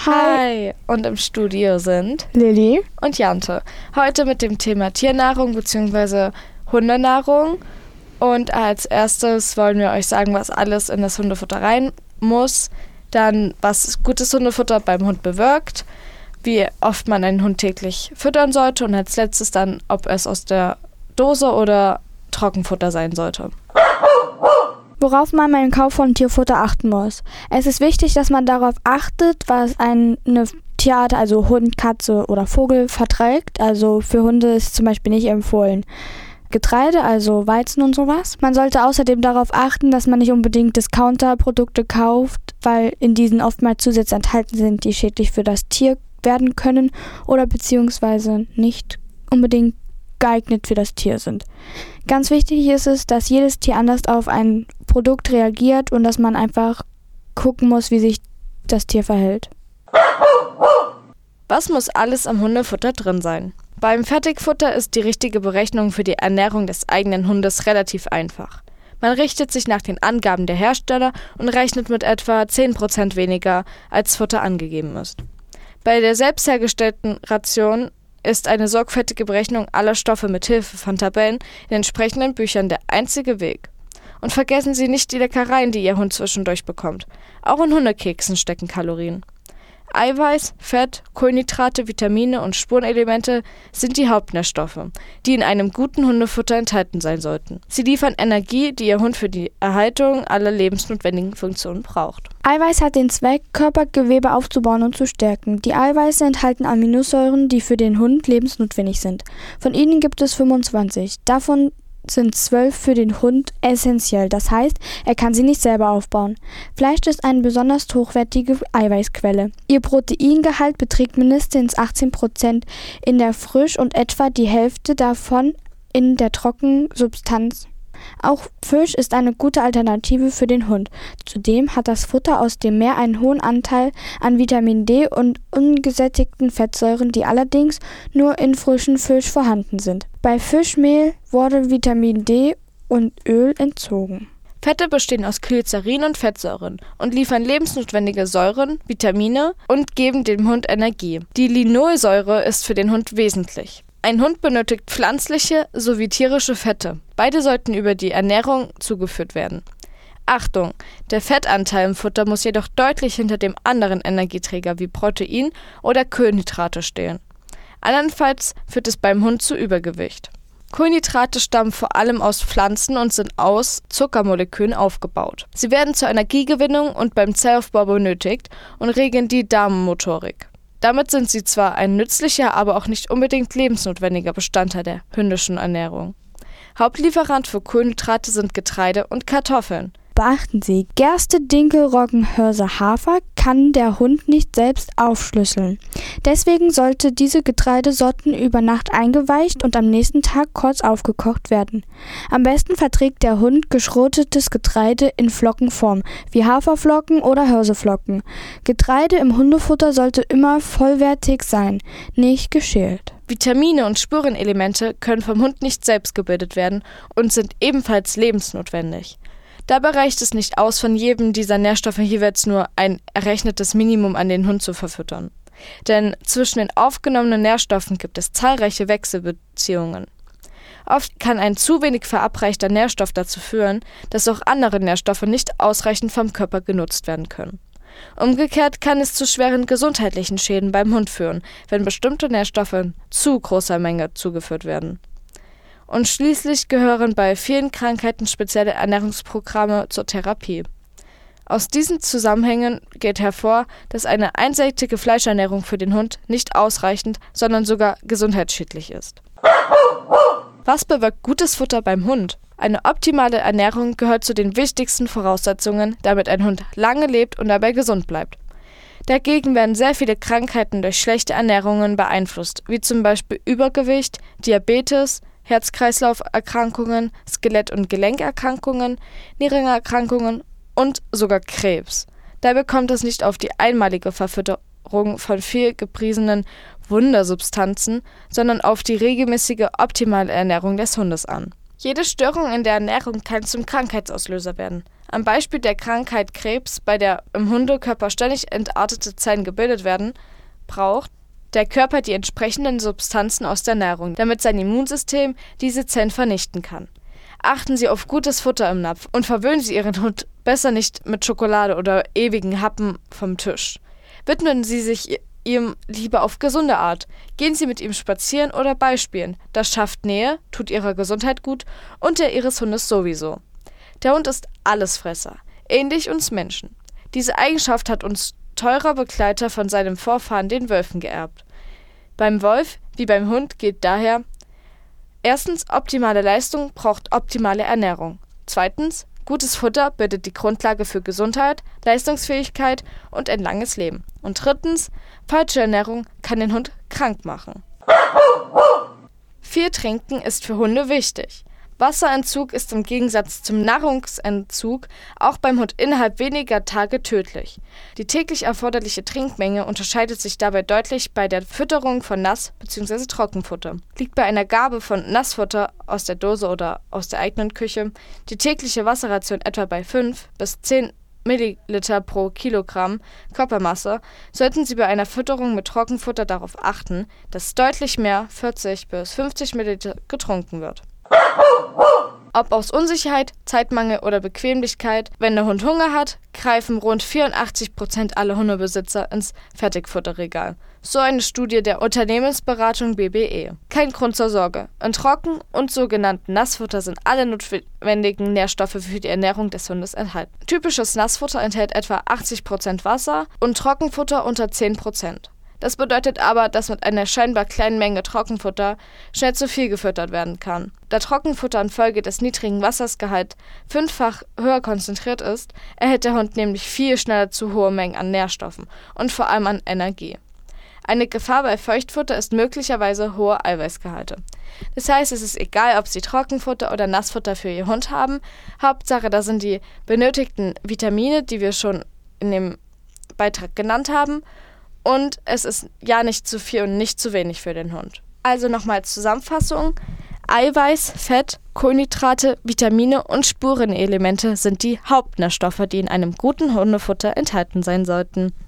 Hi! Und im Studio sind Lilly und Jante. Heute mit dem Thema Tiernahrung bzw. Hundenahrung. Und als erstes wollen wir euch sagen, was alles in das Hundefutter rein muss. Dann, was gutes Hundefutter beim Hund bewirkt. Wie oft man einen Hund täglich füttern sollte. Und als letztes dann, ob es aus der Dose oder Trockenfutter sein sollte. Worauf man beim Kauf von Tierfutter achten muss. Es ist wichtig, dass man darauf achtet, was eine Tierart, also Hund, Katze oder Vogel, verträgt. Also für Hunde ist zum Beispiel nicht empfohlen Getreide, also Weizen und sowas. Man sollte außerdem darauf achten, dass man nicht unbedingt Discounter-Produkte kauft, weil in diesen oftmals Zusätze enthalten sind, die schädlich für das Tier werden können oder beziehungsweise nicht unbedingt geeignet für das Tier sind. Ganz wichtig ist es, dass jedes Tier anders auf ein Produkt reagiert und dass man einfach gucken muss, wie sich das Tier verhält. Was muss alles am Hundefutter drin sein? Beim Fertigfutter ist die richtige Berechnung für die Ernährung des eigenen Hundes relativ einfach. Man richtet sich nach den Angaben der Hersteller und rechnet mit etwa 10% weniger, als Futter angegeben ist. Bei der selbst hergestellten Ration ist eine sorgfältige Berechnung aller Stoffe mit Hilfe von Tabellen in entsprechenden Büchern der einzige Weg. Und vergessen Sie nicht die Leckereien, die Ihr Hund zwischendurch bekommt. Auch in Hundekeksen stecken Kalorien. Eiweiß, Fett, Kohlenhydrate, Vitamine und Spurenelemente sind die Hauptnährstoffe, die in einem guten Hundefutter enthalten sein sollten. Sie liefern Energie, die Ihr Hund für die Erhaltung aller lebensnotwendigen Funktionen braucht. Eiweiß hat den Zweck, Körpergewebe aufzubauen und zu stärken. Die Eiweiße enthalten Aminosäuren, die für den Hund lebensnotwendig sind. Von ihnen gibt es 25. Davon sind 12 für den Hund essentiell. Das heißt, er kann sie nicht selber aufbauen. Fleisch ist eine besonders hochwertige Eiweißquelle. Ihr Proteingehalt beträgt mindestens 18% in der Frisch- und etwa die Hälfte davon in der Trockensubstanz. Auch Fisch ist eine gute Alternative für den Hund. Zudem hat das Futter aus dem Meer einen hohen Anteil an Vitamin D und ungesättigten Fettsäuren, die allerdings nur in frischem Fisch vorhanden sind. Bei Fischmehl wurde Vitamin D und Öl entzogen. Fette bestehen aus Glycerin und Fettsäuren und liefern lebensnotwendige Säuren, Vitamine und geben dem Hund Energie. Die Linolsäure ist für den Hund wesentlich. Ein Hund benötigt pflanzliche sowie tierische Fette. Beide sollten über die Ernährung zugeführt werden. Achtung! Der Fettanteil im Futter muss jedoch deutlich hinter dem anderen Energieträger wie Protein oder Kohlenhydrate stehen. Andernfalls führt es beim Hund zu Übergewicht. Kohlenhydrate stammen vor allem aus Pflanzen und sind aus Zuckermolekülen aufgebaut. Sie werden zur Energiegewinnung und beim Zellaufbau benötigt und regeln die Darmmotorik. Damit sind sie zwar ein nützlicher, aber auch nicht unbedingt lebensnotwendiger Bestandteil der hündischen Ernährung. Hauptlieferant für Kohlenhydrate sind Getreide und Kartoffeln. Beachten Sie, Gerste, Dinkel, Roggen, Hirse, Hafer kann der Hund nicht selbst aufschlüsseln. Deswegen sollte diese Getreidesorten über Nacht eingeweicht und am nächsten Tag kurz aufgekocht werden. Am besten verträgt der Hund geschrotetes Getreide in Flockenform, wie Haferflocken oder Hirseflocken. Getreide im Hundefutter sollte immer vollwertig sein, nicht geschält. Vitamine und Spurenelemente können vom Hund nicht selbst gebildet werden und sind ebenfalls lebensnotwendig. Dabei reicht es nicht aus, von jedem dieser Nährstoffe jeweils nur ein errechnetes Minimum an den Hund zu verfüttern. Denn zwischen den aufgenommenen Nährstoffen gibt es zahlreiche Wechselbeziehungen. Oft kann ein zu wenig verabreichter Nährstoff dazu führen, dass auch andere Nährstoffe nicht ausreichend vom Körper genutzt werden können. Umgekehrt kann es zu schweren gesundheitlichen Schäden beim Hund führen, wenn bestimmte Nährstoffe in zu großer Menge zugeführt werden. Und schließlich gehören bei vielen Krankheiten spezielle Ernährungsprogramme zur Therapie. Aus diesen Zusammenhängen geht hervor, dass eine einseitige Fleischernährung für den Hund nicht ausreichend, sondern sogar gesundheitsschädlich ist. Was bewirkt gutes Futter beim Hund? Eine optimale Ernährung gehört zu den wichtigsten Voraussetzungen, damit ein Hund lange lebt und dabei gesund bleibt. Dagegen werden sehr viele Krankheiten durch schlechte Ernährungen beeinflusst, wie zum Beispiel Übergewicht, Diabetes, Herz-Kreislauf-Erkrankungen, Skelett- und Gelenkerkrankungen, Nierenerkrankungen und sogar Krebs. Dabei kommt es nicht auf die einmalige Verfütterung von viel gepriesenen Wundersubstanzen, sondern auf die regelmäßige optimale Ernährung des Hundes an. Jede Störung in der Ernährung kann zum Krankheitsauslöser werden. Am Beispiel der Krankheit Krebs, bei der im Hundekörper ständig entartete Zellen gebildet werden, braucht der Körper die entsprechenden Substanzen aus der Nahrung, damit sein Immunsystem diese Zellen vernichten kann. Achten Sie auf gutes Futter im Napf und verwöhnen Sie Ihren Hund besser nicht mit Schokolade oder ewigen Happen vom Tisch. Widmen Sie sich ihm lieber auf gesunde Art. Gehen Sie mit ihm spazieren oder Ballspielen. Das schafft Nähe, tut Ihrer Gesundheit gut und der Ihres Hundes sowieso. Der Hund ist Allesfresser, ähnlich uns Menschen. Diese Eigenschaft hat uns teurer Begleiter von seinem Vorfahren, den Wölfen, geerbt. Beim Wolf, wie beim Hund, gilt daher: Erstens, optimale Leistung braucht optimale Ernährung. Zweitens, gutes Futter bildet die Grundlage für Gesundheit, Leistungsfähigkeit und ein langes Leben. Und drittens, falsche Ernährung kann den Hund krank machen. Viel Trinken ist für Hunde wichtig. Wasserentzug ist im Gegensatz zum Nahrungsentzug auch beim Hund innerhalb weniger Tage tödlich. Die täglich erforderliche Trinkmenge unterscheidet sich dabei deutlich bei der Fütterung von Nass- bzw. Trockenfutter. Liegt bei einer Gabe von Nassfutter aus der Dose oder aus der eigenen Küche die tägliche Wasserration etwa bei 5 bis 10 Milliliter pro Kilogramm Körpermasse, sollten Sie bei einer Fütterung mit Trockenfutter darauf achten, dass deutlich mehr, 40 bis 50 Milliliter, getrunken wird. Ob aus Unsicherheit, Zeitmangel oder Bequemlichkeit, wenn der Hund Hunger hat, greifen rund 84% aller Hundebesitzer ins Fertigfutterregal. So eine Studie der Unternehmensberatung BBE. Kein Grund zur Sorge. In Trocken- und sogenannten Nassfutter sind alle notwendigen Nährstoffe für die Ernährung des Hundes enthalten. Typisches Nassfutter enthält etwa 80% Wasser und Trockenfutter unter 10%. Das bedeutet aber, dass mit einer scheinbar kleinen Menge Trockenfutter schnell zu viel gefüttert werden kann. Da Trockenfutter infolge des niedrigen Wassergehalts 5-fach höher konzentriert ist, erhält der Hund nämlich viel schneller zu hohe Mengen an Nährstoffen und vor allem an Energie. Eine Gefahr bei Feuchtfutter ist möglicherweise hohe Eiweißgehalte. Das heißt, es ist egal, ob Sie Trockenfutter oder Nassfutter für Ihr Hund haben. Hauptsache, da sind die benötigten Vitamine, die wir schon in dem Beitrag genannt haben. Und es ist ja nicht zu viel und nicht zu wenig für den Hund. Also nochmal Zusammenfassung: Eiweiß, Fett, Kohlenhydrate, Vitamine und Spurenelemente sind die Hauptnährstoffe, die in einem guten Hundefutter enthalten sein sollten.